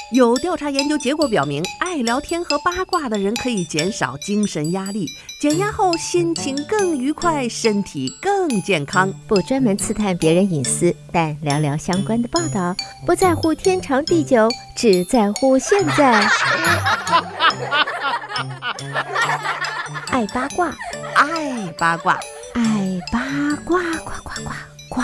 有调查研究结果表明，爱聊天和八卦的人可以减少精神压力，减压后心情更愉快，身体更健康。 不专门刺探别人隐私，但聊聊相关的报道，不在乎天长地久，只在乎现在。爱八卦， 爱八卦， 爱八卦，呱呱呱呱。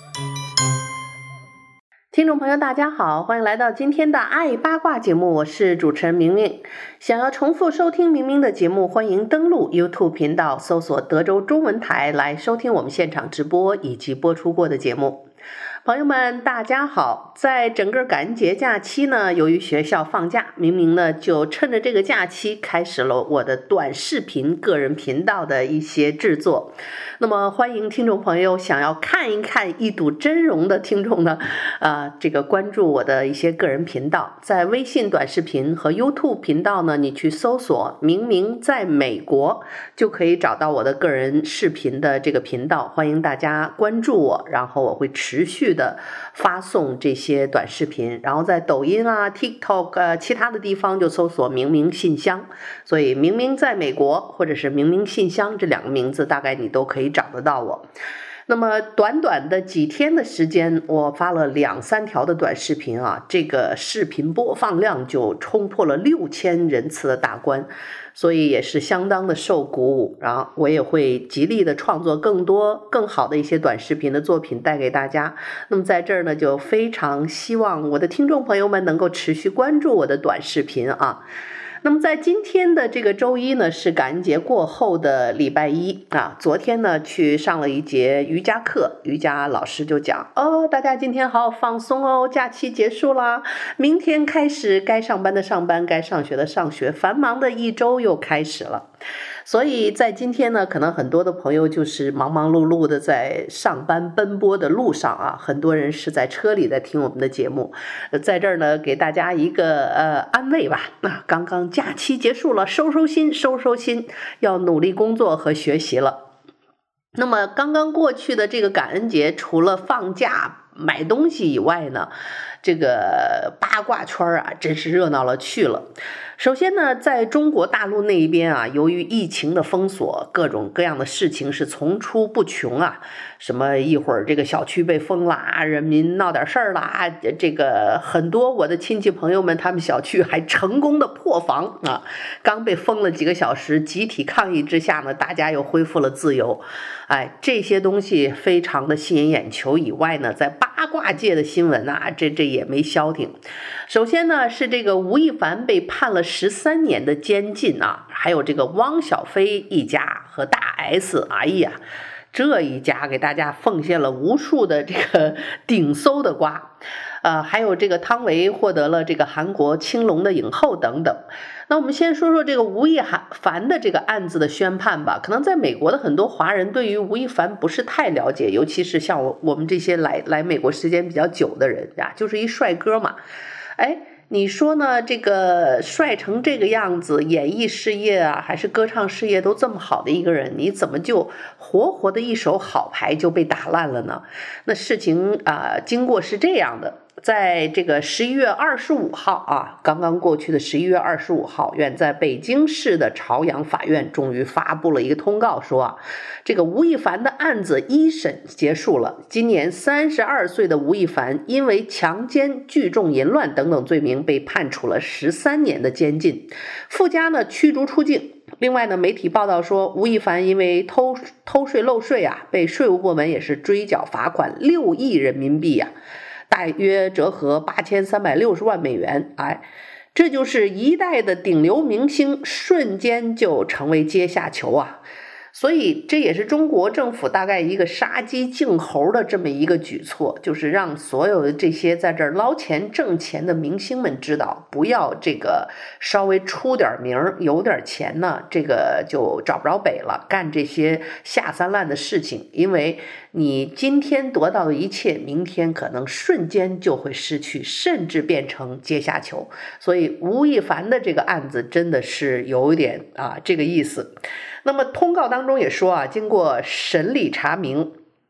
听众朋友大家好，欢迎来到今天的爱八卦节目，我是主持人明明。想要重复收听明明的节目，欢迎登录 YouTube 频道搜索德州中文台来收听我们现场直播以及播出过的节目。朋友们大家好，在整个感恩节假期呢，由于学校放假，明明呢就趁着这个假期开始了我的短视频个人频道的一些制作。那么欢迎听众朋友想要看一看一睹真容的听众呢，这个关注我的一些个人频道，在微信短视频和 YouTube 频道呢，你去搜索明明在美国，就可以找到我的个人视频的这个频道，欢迎大家关注我，然后我会持续的发送这些短视频，然后在抖音啊 TikTok 其他的地方就搜索明明信箱，所以明明在美国或者是明明信箱这两个名字大概你都可以找得到我。那么短短的几天的时间，我发了2-3条的短视频啊，这个视频播放量就冲破了6000人次的大关，所以也是相当的受鼓舞。然后我也会极力的创作更多更好的一些短视频的作品带给大家。那么在这儿呢，就非常希望我的听众朋友们能够持续关注我的短视频啊。那么在今天的这个周一呢，是感恩节过后的礼拜一啊。昨天呢去上了一节瑜伽课，瑜伽老师就讲大家今天好好放松哦，假期结束啦，明天开始该上班的上班，该上学的上学，繁忙的一周又开始了。所以在今天呢，可能很多的朋友就是忙忙碌碌的在上班奔波的路上啊，很多人是在车里在听我们的节目。在这儿呢，给大家一个安慰吧。刚刚假期结束了，收收心，收收心，要努力工作和学习了。那么刚刚过去的这个感恩节，除了放假买东西以外呢，这个八卦圈啊，真是热闹了去了。首先呢，在中国大陆那一边啊，由于疫情的封锁，各种各样的事情是层出不穷啊。什么一会儿这个小区被封啦，人民闹点事儿啦，这个很多我的亲戚朋友们，他们小区还成功的破防啊。刚被封了几个小时，集体抗议之下呢，大家又恢复了自由。这些东西非常的吸引眼球以外呢，在八卦界的新闻啊，这也没消停。首先呢，是这个吴亦凡被判了13年的监禁啊，还有这个汪小菲一家和大 S， 哎呀，这一家给大家奉献了无数的这个顶搜的瓜。还有这个汤唯获得了这个韩国青龙的影后等等。那我们先说说这个吴亦凡的这个案子的宣判吧。可能在美国的很多华人对于吴亦凡不是太了解，尤其是像我们这些来美国时间比较久的人呀，就是一帅哥嘛。你说呢？这个帅成这个样子，演艺事业啊，还是歌唱事业都这么好的一个人，你怎么就活活的一手好牌就被打烂了呢？那事情经过是这样的。在这个11月25号啊，刚刚过去的11月25号，远在北京市的朝阳法院终于发布了一个通告，说这个吴亦凡的案子一审结束了。今年32岁的吴亦凡因为强奸、聚众淫乱等等罪名被判处了13年的监禁，附加呢驱逐出境。另外呢，媒体报道说，吴亦凡因为偷税漏税啊，被税务部门也是追缴罚款6亿人民币啊。大约折合8360万美元。这就是一代的顶流明星瞬间就成为阶下囚啊。所以这也是中国政府大概一个杀鸡儆猴的这么一个举措，就是让所有的这些在这儿捞钱挣钱的明星们知道，不要这个稍微出点名有点钱呢，这个就找不着北了，干这些下三滥的事情。因为你今天得到的一切，明天可能瞬间就会失去，甚至变成阶下囚。所以吴亦凡的这个案子真的是有一点这个意思。那么通告当中也说经过审理查明，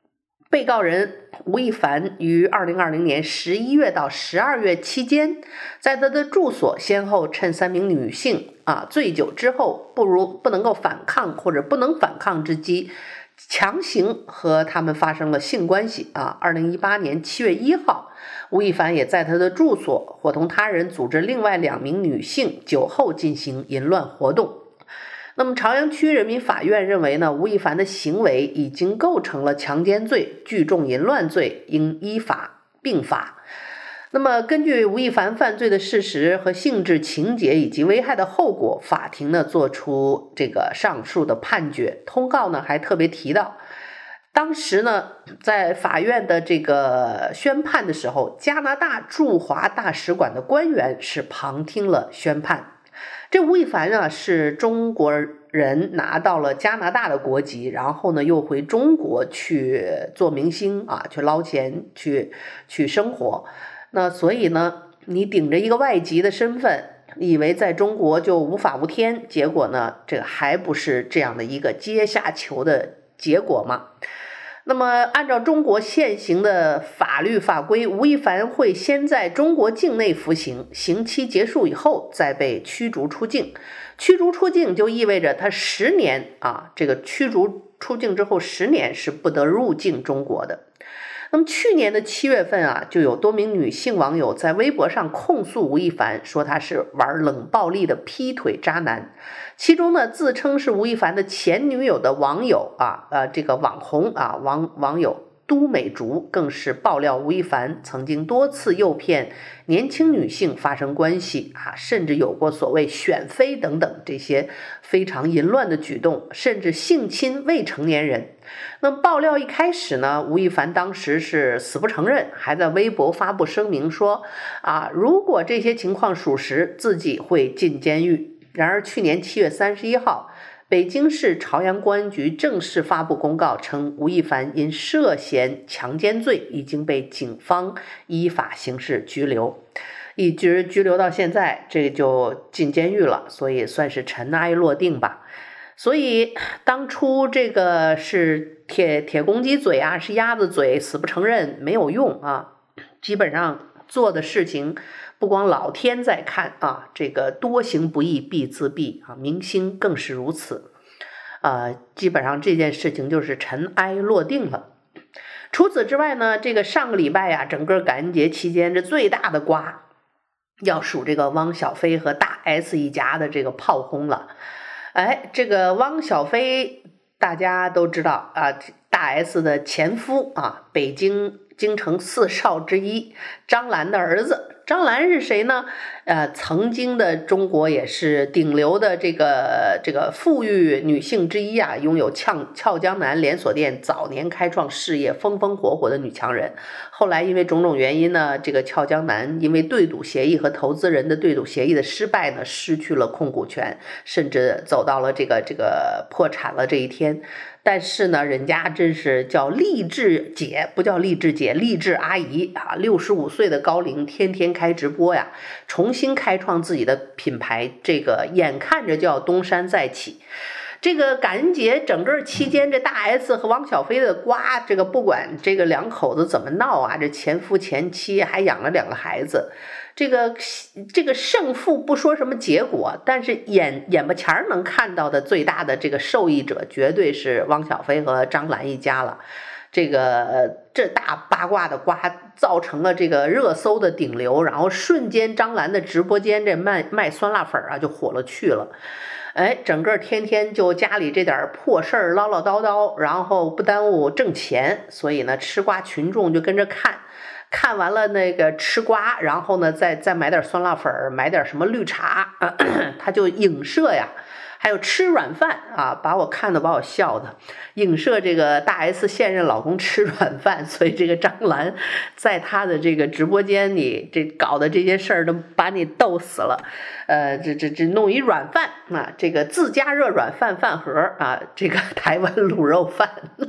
被告人吴亦凡于2020年11月到12月期间，在他的住所先后趁3名女性醉酒之后不能够反抗或者不能反抗之机，强行和他们发生了性关系2018年7月1号，吴亦凡也在他的住所伙同他人组织另外2名女性酒后进行淫乱活动。那么朝阳区人民法院认为呢，吴亦凡的行为已经构成了强奸罪、聚众淫乱罪，应依法并罚。那么根据吴亦凡犯罪的事实和性质、情节以及危害的后果，法庭呢做出这个上述的判决。通告呢还特别提到，当时呢在法院的这个宣判的时候，加拿大驻华大使馆的官员是旁听了宣判。这吴亦凡呢是中国人，拿到了加拿大的国籍，然后呢又回中国去做明星去捞钱，去生活。那所以呢，你顶着一个外籍的身份，以为在中国就无法无天，结果呢这个还不是这样的一个阶下囚的结果吗？那么按照中国现行的法律法规，吴亦凡会先在中国境内服刑，刑期结束以后再被驱逐出境。驱逐出境就意味着他10年这个驱逐出境之后10年是不得入境中国的。那么去年的7月份就有多名女性网友在微博上控诉吴亦凡，说他是玩冷暴力的劈腿渣男。其中呢，自称是吴亦凡的前女友的网友这个网红网友都美竹更是爆料吴亦凡曾经多次诱骗年轻女性发生关系甚至有过所谓选妃等等这些非常淫乱的举动，甚至性侵未成年人。那么爆料一开始呢，吴亦凡当时是死不承认，还在微博发布声明说如果这些情况属实，自己会进监狱。然而去年7月31号，北京市朝阳公安局正式发布公告称，吴亦凡因涉嫌强奸罪已经被警方依法刑事拘留，一直拘留到现在，这就进监狱了，所以算是尘埃落定吧。所以当初这个是铁公鸡嘴是鸭子嘴，死不承认没有用基本上做的事情不光老天在看这个多行不义必自毙明星更是如此基本上这件事情就是尘埃落定了。除此之外呢，这个上个礼拜整个感恩节期间，这最大的瓜要数这个汪小菲和大 S 一家的这个炮轰了。这个汪小菲大家都知道大 S 的前夫北京京城4少之一张兰的儿子。张兰是谁呢？曾经的中国也是顶流的这个富裕女性之一拥有俏江南连锁店，早年开创事业，风风火火的女强人。后来因为种种原因呢，这个俏江南因为对赌协议和投资人的对赌协议的失败呢，失去了控股权，甚至走到了这个破产了这一天。但是呢，人家真是叫励志姐，不叫励志姐，励志阿姨65岁的高龄，天天开直播重新开创自己的品牌，这个眼看着就要东山再起。这个感恩节整个期间，这大 S 和汪小菲的瓜，这个不管这个两口子怎么闹这前夫前妻还养了2个孩子，这个胜负不说什么结果，但是眼巴前能看到的最大的这个受益者绝对是汪小菲和张兰一家了。这大八卦的瓜造成了这个热搜的顶流，然后瞬间张兰的直播间这卖酸辣粉就火了去了。整个天天就家里这点破事儿唠唠叨叨，然后不耽误挣钱，所以呢吃瓜群众就跟着看完了那个吃瓜，然后呢再买点酸辣粉，买点什么绿茶他就影射还有吃软饭把我笑的，影射这个大 S 现任老公吃软饭，所以这个张兰在他的这个直播间里这搞的这些事儿都把你逗死了。这弄一软饭这个自加热软饭饭盒这个台湾卤肉饭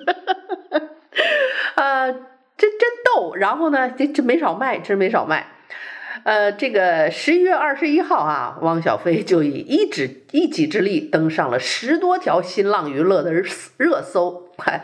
这真逗。然后呢这没少卖，真没少卖。这个11月21号汪小菲就以一己之力登上了10多条新浪娱乐的热搜。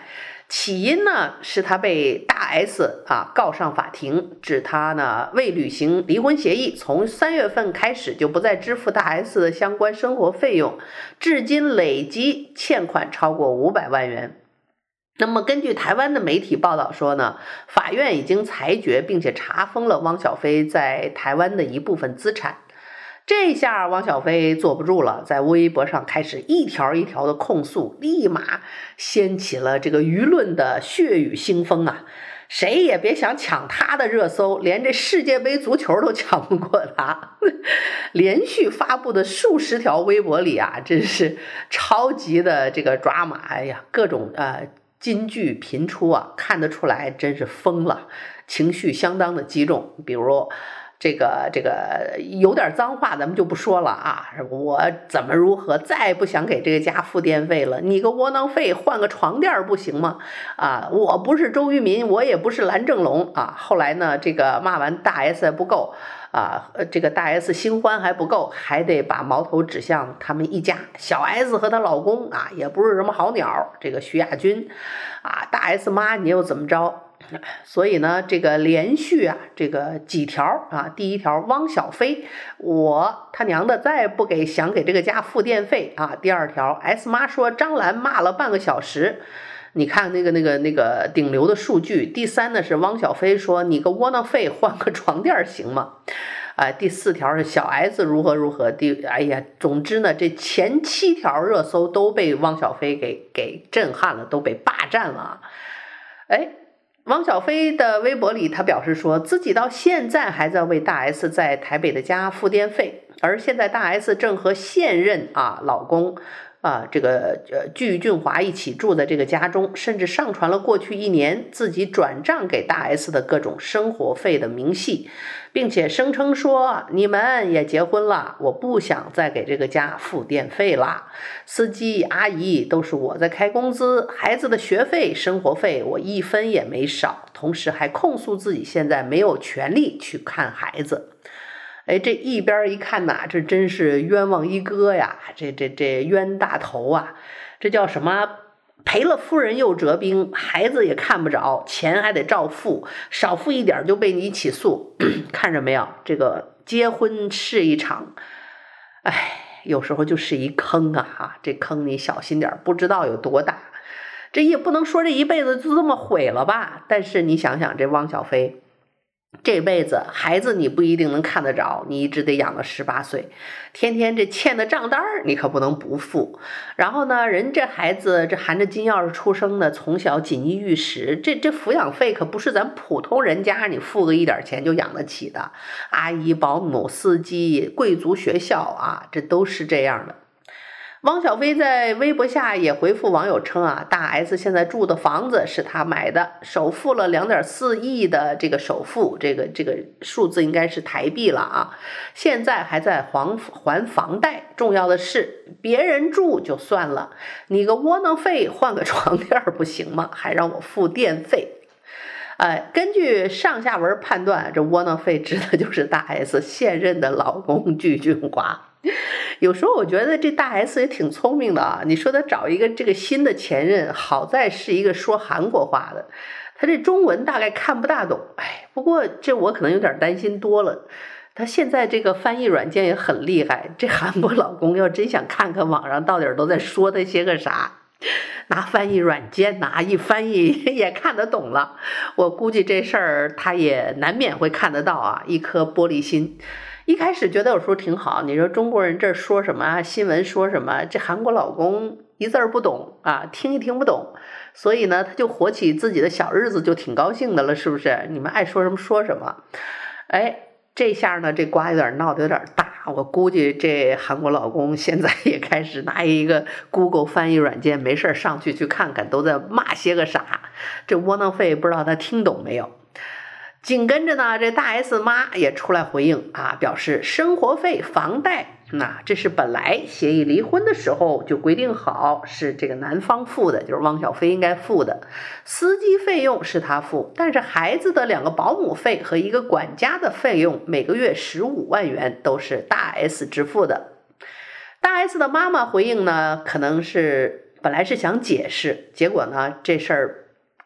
起因呢是他被大 S 告上法庭，指他呢未履行离婚协议，从3月份开始就不再支付大 S 的相关生活费用，至今累计欠款超过500万元。那么根据台湾的媒体报道说呢，法院已经裁决并且查封了汪小菲在台湾的一部分资产。这下汪小菲坐不住了，在微博上开始一条一条的控诉，立马掀起了这个舆论的血雨腥风啊！谁也别想抢他的热搜，连这世界杯足球都抢不过他。连续发布的数十条微博里啊，真是超级的这个抓马，哎呀，各种金句频出啊，看得出来真是疯了，情绪相当的激动。比如这个有点脏话咱们就不说了啊，我怎么如何，再不想给这个家付电费了，你个窝囊废，换个床垫不行吗？我不是周渝民，我也不是蓝正龙啊。后来呢，这个骂完大 S 还不够这个大 S 新欢还不够，还得把矛头指向他们一家，小 S 和她老公也不是什么好鸟，这个徐亚军大 S 妈你又怎么着？所以呢，这个连续这个几条第一条，汪小菲他娘的再也不想给这个家付电费第二条 S 妈说张兰骂了半个小时，你看那个顶流的数据。第三呢是汪小菲说你个窝囊废，换个床垫行吗？第四条是小 S 如何如何。总之呢，这前7条热搜都被汪小菲给震撼了，都被霸占了。汪小菲的微博里，他表示说自己到现在还在为大 S 在台北的家付电费，而现在大 S 正和现任老公这个具俊华一起住的这个家中，甚至上传了过去1年自己转账给大 S 的各种生活费的明细，并且声称说你们也结婚了，我不想再给这个家付电费啦，司机阿姨都是我在开工资，孩子的学费生活费我1分也没少，同时还控诉自己现在没有权利去看孩子。这一边一看这真是冤枉一哥呀，这冤大头这叫什么？赔了夫人又折兵，孩子也看不着，钱还得照付，少付一点就被你起诉。看着没有，这个结婚是一场，有时候就是一坑这坑你小心点，不知道有多大。这也不能说这一辈子就这么毁了吧，但是你想想这汪小菲这辈子孩子你不一定能看得着，你一直得养到18岁，天天这欠的账单你可不能不付。然后呢，人这孩子这含着金钥匙出生的，从小锦衣玉食，这抚养费可不是咱普通人家你付个一点钱就养得起的，阿姨保姆司机贵族学校这都是这样的。汪小菲在微博下也回复网友称大 S 现在住的房子是他买的，首付了2.4亿的这个首付，这个数字应该是台币了现在还在还房贷。重要的是别人住就算了，你个窝囊废，换个床垫不行吗？还让我付电费。根据上下文判断，这窝囊废指的就是大 S 现任的老公具俊华。有时候我觉得这大 S 也挺聪明的你说他找一个这个新的前任，好在是一个说韩国话的，他这中文大概看不大懂。不过这我可能有点担心多了，他现在这个翻译软件也很厉害，这韩国老公要真想看看网上到底都在说他些个啥，拿翻译软件一翻译也看得懂了。我估计这事儿他也难免会看得到一颗玻璃心。一开始觉得有时候挺好，你说中国人这说什么新闻说什么，这韩国老公一字儿不懂听也听不懂，所以呢他就活起自己的小日子就挺高兴的了，是不是？你们爱说什么说什么。这下呢这瓜有点闹得有点大，我估计这韩国老公现在也开始拿一个 Google 翻译软件，没事上去看看都在骂些个啥，这窝囊废不知道他听懂没有。紧跟着呢，这大 S 妈也出来回应表示生活费房贷这是本来协议离婚的时候就规定好是这个男方付的，就是汪小菲应该付的，司机费用是他付，但是孩子的2个保姆费和1个管家的费用每个月15万元都是大 S 支付的。大 S 的妈妈回应呢，可能是本来是想解释，结果呢这事儿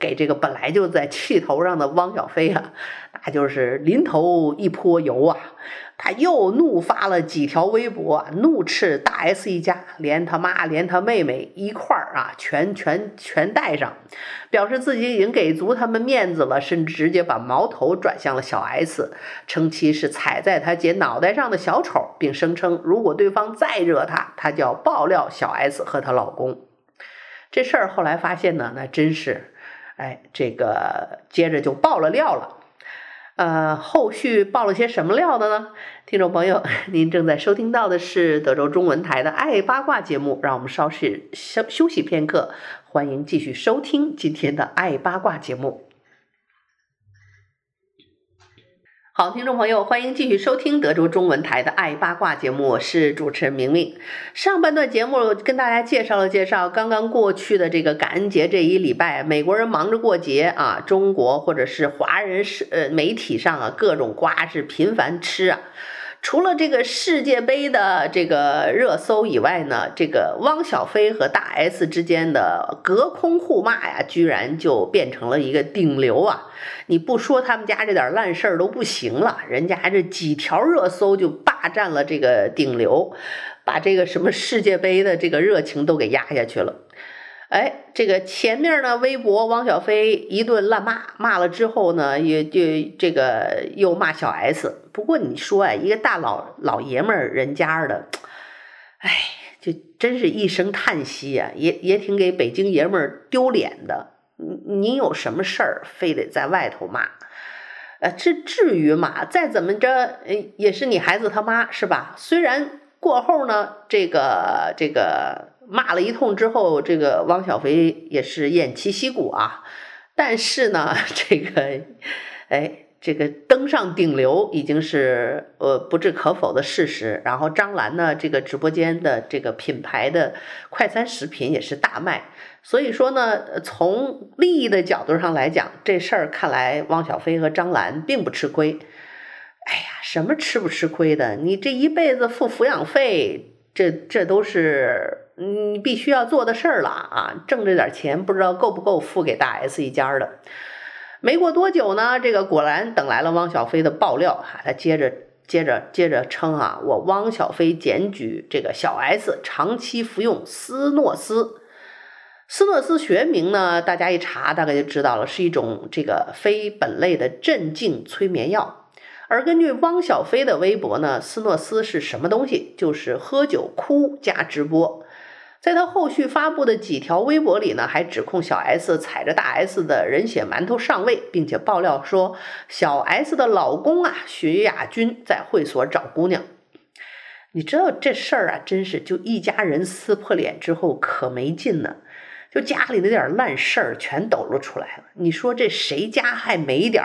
给这个本来就在气头上的汪小菲啊，那就是淋头一泼油啊。他又怒发了几条微博，怒斥大 S 一家，连他妈连他妹妹一块儿啊，全带上，表示自己已经给足他们面子了，甚至直接把矛头转向了小 S， 称其是踩在他姐脑袋上的小丑，并声称如果对方再惹他，他就要爆料小 S 和她老公。这事儿后来发现呢，那真是，这个接着就爆了料了。后续爆了些什么料的呢？听众朋友，您正在收听到的是德州中文台的爱八卦节目，让我们稍事休息片刻，欢迎继续收听今天的爱八卦节目。好，听众朋友，欢迎继续收听德州中文台的爱八卦节目，我是主持人明明。上半段节目跟大家介绍了刚刚过去的这个感恩节这一礼拜，美国人忙着过节啊，中国或者是华人媒体上啊，各种瓜是频繁吃啊。除了这个世界杯的这个热搜以外呢，这个汪小菲和大 S 之间的隔空互骂呀，居然就变成了一个顶流啊！你不说他们家这点烂事儿都不行了，人家这几条热搜就霸占了这个顶流，把这个什么世界杯的这个热情都给压下去了。这个前面呢，微博汪小菲一顿烂骂了之后呢，也就这个又骂小 S。不过你说一个大老爷们儿人家的，就真是一声叹息啊，也挺给北京爷们儿丢脸的。你有什么事儿非得在外头骂？这至于吗？再怎么着，也是你孩子他妈是吧？虽然过后呢，这个骂了一通之后，这个汪小菲也是偃旗息鼓啊，但是呢，这个登上顶流已经是不置可否的事实。然后张兰呢，这个直播间的这个品牌的快餐食品也是大卖，所以说呢，从利益的角度上来讲，这事儿看来汪小菲和张兰并不吃亏。什么吃不吃亏的？你这一辈子付抚养费，这都是你必须要做的事儿了啊！挣这点钱不知道够不够付给大 S 一家的。没过多久呢，这个果然等来了汪小菲的爆料他接着称我汪小菲检举这个小 S 长期服用斯诺斯学名呢，大家一查大概就知道了，是一种这个非本类的镇静催眠药。而根据汪小菲的微博呢，斯诺斯是什么东西？就是喝酒哭加直播。在他后续发布的几条微博里呢，还指控小 S 踩着大 S 的人血馒头上位，并且爆料说小 S 的老公徐亚军在会所找姑娘。你知道这事儿真是就一家人撕破脸之后可没劲呢，就家里那点烂事儿全抖露出来了。你说这谁家还没点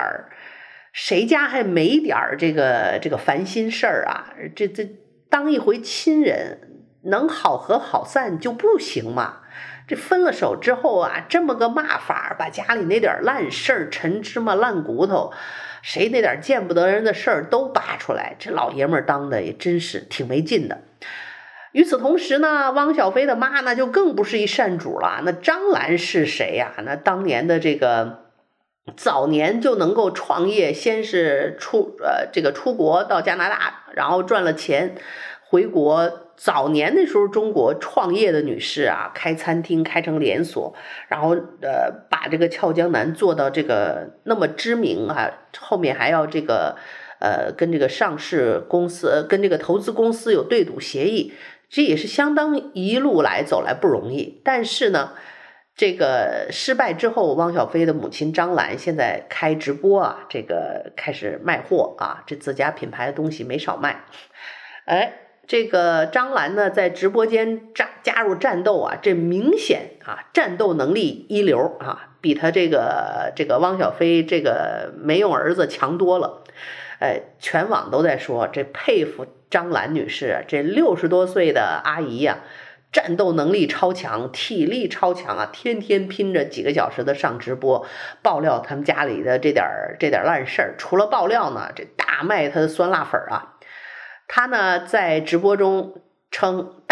这个烦心事儿啊？这当一回亲人，能好合好散就不行吗？这分了手之后这么个骂法，把家里那点烂事儿、陈芝麻烂骨头，谁那点见不得人的事儿都扒出来，这老爷们儿当的也真是挺没劲的。与此同时呢，汪小菲的妈那就更不是一善主了。那张兰是谁呀？那当年的这个早年就能够创业，先是出国到加拿大，然后赚了钱回国。早年那时候中国创业的女士开餐厅开成连锁，然后把这个俏江南做到这个那么知名后面还要跟这个上市公司跟这个投资公司有对赌协议，这也是相当一路走来不容易。但是呢，这个失败之后，汪小菲的母亲张兰现在开直播这个开始卖货这自家品牌的东西没少卖。这个张兰呢，在直播间加入战斗这明显战斗能力一流比他这个汪小菲这个没用儿子强多了。全网都在说这佩服张兰女士，这60多岁的阿姨战斗能力超强，体力超强天天拼着几个小时的上直播，爆料他们家里的这点烂事儿。除了爆料呢，这大卖他的酸辣粉他呢在直播中称大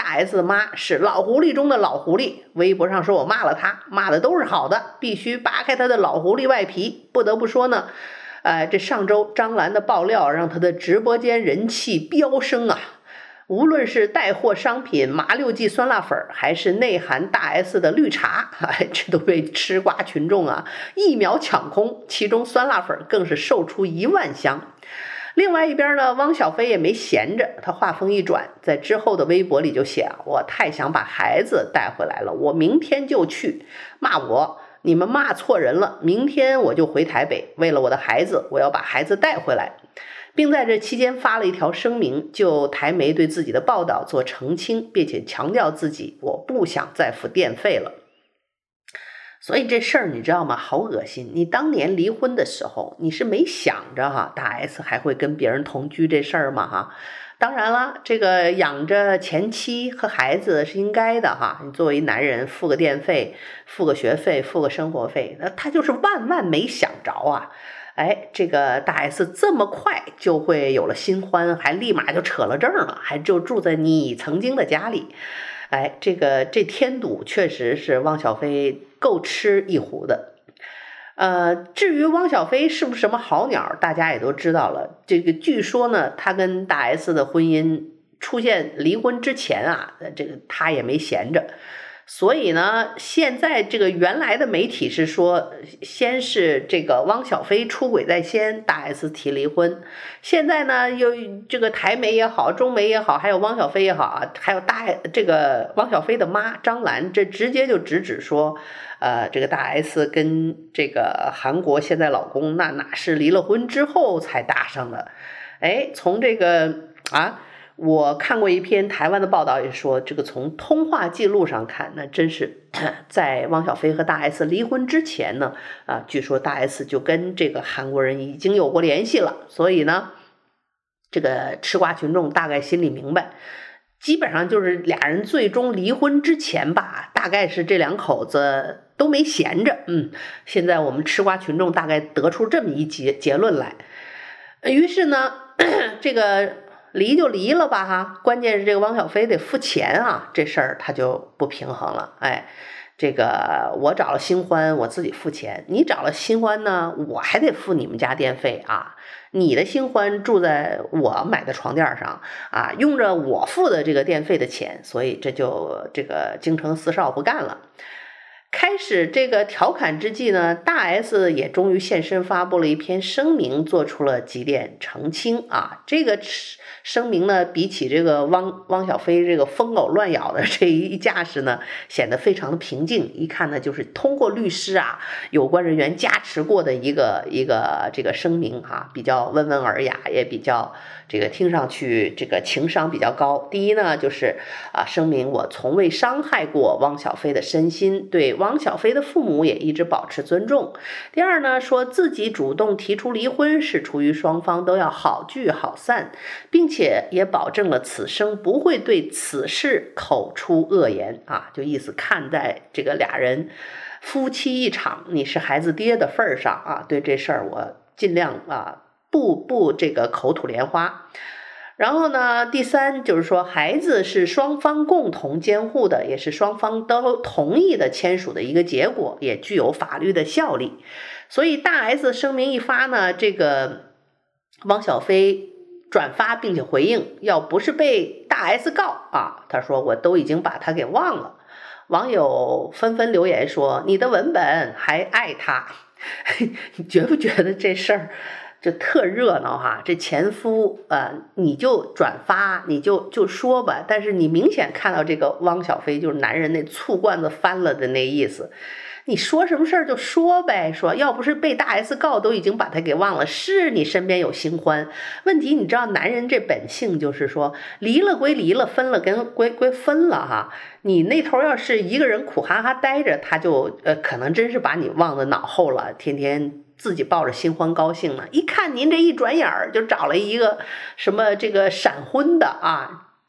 大 S 的妈是老狐狸中的老狐狸，微博上说我骂了她，骂的都是好的，必须扒开她的老狐狸外皮。不得不说呢，这上周张兰的爆料让她的直播间人气飙升啊！无论是带货商品麻六记酸辣粉，还是内含大 S 的绿茶，这都被吃瓜群众啊一秒抢空，其中酸辣粉更是售出1万箱。另外一边呢，汪小菲也没闲着，他话锋一转，在之后的微博里就写我太想把孩子带回来了，我明天就去。骂我，你们骂错人了，明天我就回台北，为了我的孩子，我要把孩子带回来，并在这期间发了一条声明，就台媒对自己的报道做澄清，并且强调自己我不想再付电费了。所以这事儿你知道吗？好恶心！你当年离婚的时候，你是没想着大 S 还会跟别人同居这事儿吗？当然了，这个养着前妻和孩子是应该的你作为男人付个电费，付个学费，付个生活费，那他就是万万没想着啊！这个大 S 这么快就会有了新欢，还立马就扯了证了，还就住在你曾经的家里。这添堵确实是汪小菲够吃一壶的。至于汪小菲是不是什么好鸟，大家也都知道了。这个据说呢，他跟大 S 的婚姻出现离婚之前这个他也没闲着。所以呢，现在这个原来的媒体是说，先是这个汪小菲出轨在先，大 S 提离婚。现在呢，又这个台媒也好，中媒也好，还有汪小菲也好还有这个汪小菲的妈张兰，这直接就直说，这个大 S 跟这个韩国现在老公哪是离了婚之后才搭上的。从这个我看过一篇台湾的报道，也说这个从通话记录上看，那真是在汪小菲和大 S 离婚之前呢，据说大 S 就跟这个韩国人已经有过联系了。所以呢，这个吃瓜群众大概心里明白，基本上就是俩人最终离婚之前吧，大概是这两口子都没闲着。现在我们吃瓜群众大概得出这么一结论来。于是呢，这个离就离了吧关键是这个汪小菲得付钱这事儿他就不平衡了。这个我找了新欢，我自己付钱，你找了新欢呢，我还得付你们家电费你的新欢住在我买的床垫上用着我付的这个电费的钱，所以这个京城四少不干了。开始这个调侃之际呢，大 S 也终于现身发布了一篇声明，做出了几点澄清这个声明呢，比起这个汪小菲这个疯狗乱咬的这一架势呢，显得非常的平静。一看呢，就是通过律师有关人员加持过的一个这个声明比较温文尔雅，也比较这个听上去这个情商比较高。第一呢，就是声明我从未伤害过汪小菲的身心，对汪小菲的父母也一直保持尊重。第二呢，说自己主动提出离婚是出于双方都要好聚好散，并且也保证了此生不会对此事口出恶言就意思看在这个俩人夫妻一场，你是孩子爹的份上对这事儿我尽量不这个口吐莲花。然后呢，第三就是说，孩子是双方共同监护的，也是双方都同意的签署的一个结果，也具有法律的效力。所以大 S 声明一发呢，这个汪小菲转发并且回应，要不是被大 S 告他说我都已经把他给忘了。网友纷纷留言说，你的文本还爱他。你觉不觉得这事儿就特热闹这前夫你就转发，你就说吧，但是你明显看到这个汪小菲就是男人那醋罐子翻了的那意思，你说什么事儿就说呗，说要不是被大 S 告，都已经把他给忘了，是你身边有新欢。问题你知道男人这本性就是说，离了归离了，分了跟归分了你那头要是一个人苦哈哈待着，他就可能真是把你忘在脑后了，天天自己抱着新欢高兴呢。一看您这一转眼就找了一个什么这个闪婚的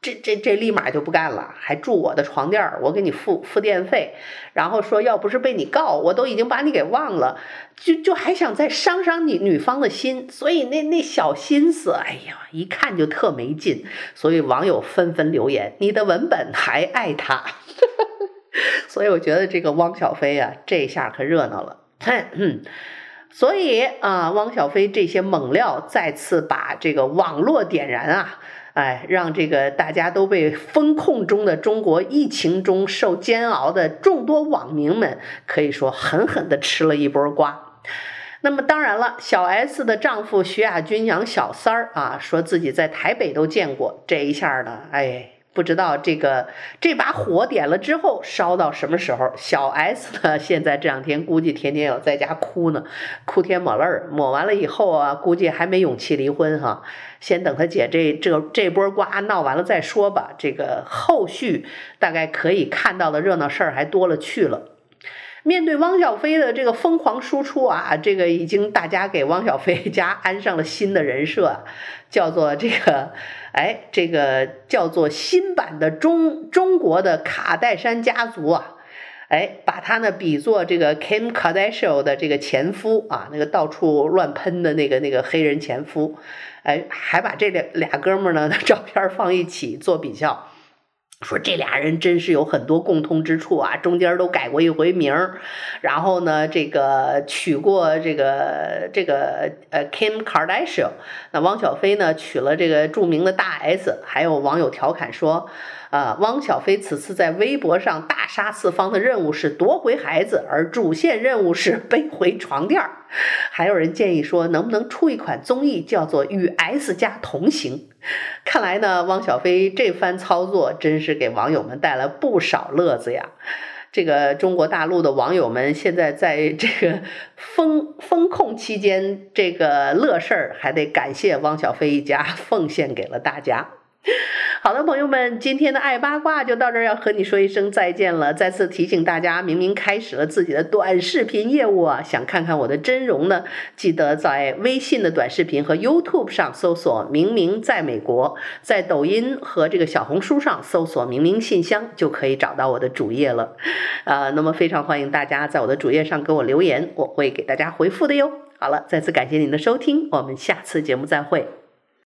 这立马就不干了，还住我的床垫，我给你付电费，然后说要不是被你告，我都已经把你给忘了，就还想再伤伤你女方的心，所以那小心思，哎呀，一看就特没劲，所以网友纷纷留言，你的文本还爱他。所以我觉得这个汪小菲啊，这下可热闹了。所以啊，汪小菲这些猛料再次把这个网络点燃啊，让这个大家都被封控中的中国疫情中受煎熬的众多网民们，可以说狠狠地吃了一波瓜。那么当然了，小 S 的丈夫徐亚军杨小三儿啊，说自己在台北都见过，这一下呢，不知道这把火点了之后烧到什么时候。小 S 呢，现在这两天估计天天要在家哭呢，哭天抹泪，抹完了以后啊，估计还没勇气离婚哈，先等他姐这波瓜闹完了再说吧。这个后续大概可以看到的热闹事儿还多了去了。面对汪小菲的这个疯狂输出啊，这个已经大家给汪小菲家安上了新的人设，叫做这个叫做新版的中国的卡戴珊家族啊，把他呢比作这个 Kim Kardashian 的这个前夫啊，那个到处乱喷的那个黑人前夫，还把这俩哥们呢的照片放一起做比较。说这俩人真是有很多共通之处啊，中间都改过一回名，然后呢，这个娶过这个Kim Kardashian， 那汪小菲呢娶了这个著名的大 S， 还有网友调侃说，汪小菲此次在微博上大杀四方的任务是夺回孩子，而主线任务是背回床垫。还有人建议说，能不能出一款综艺叫做《与 S 家同行》？看来呢，汪小菲这番操作真是给网友们带来不少乐子呀。这个中国大陆的网友们现在在这个封控期间，这个乐事儿还得感谢汪小菲一家奉献给了大家。好的，朋友们，今天的爱八卦就到这儿，要和你说一声再见了。再次提醒大家，明明开始了自己的短视频业务啊，想看看我的真容呢，记得在微信的短视频和 YouTube 上搜索明明在美国，在抖音和这个小红书上搜索明明信箱，就可以找到我的主页了。那么非常欢迎大家在我的主页上给我留言，我会给大家回复的哟。好了，再次感谢您的收听，我们下次节目再会。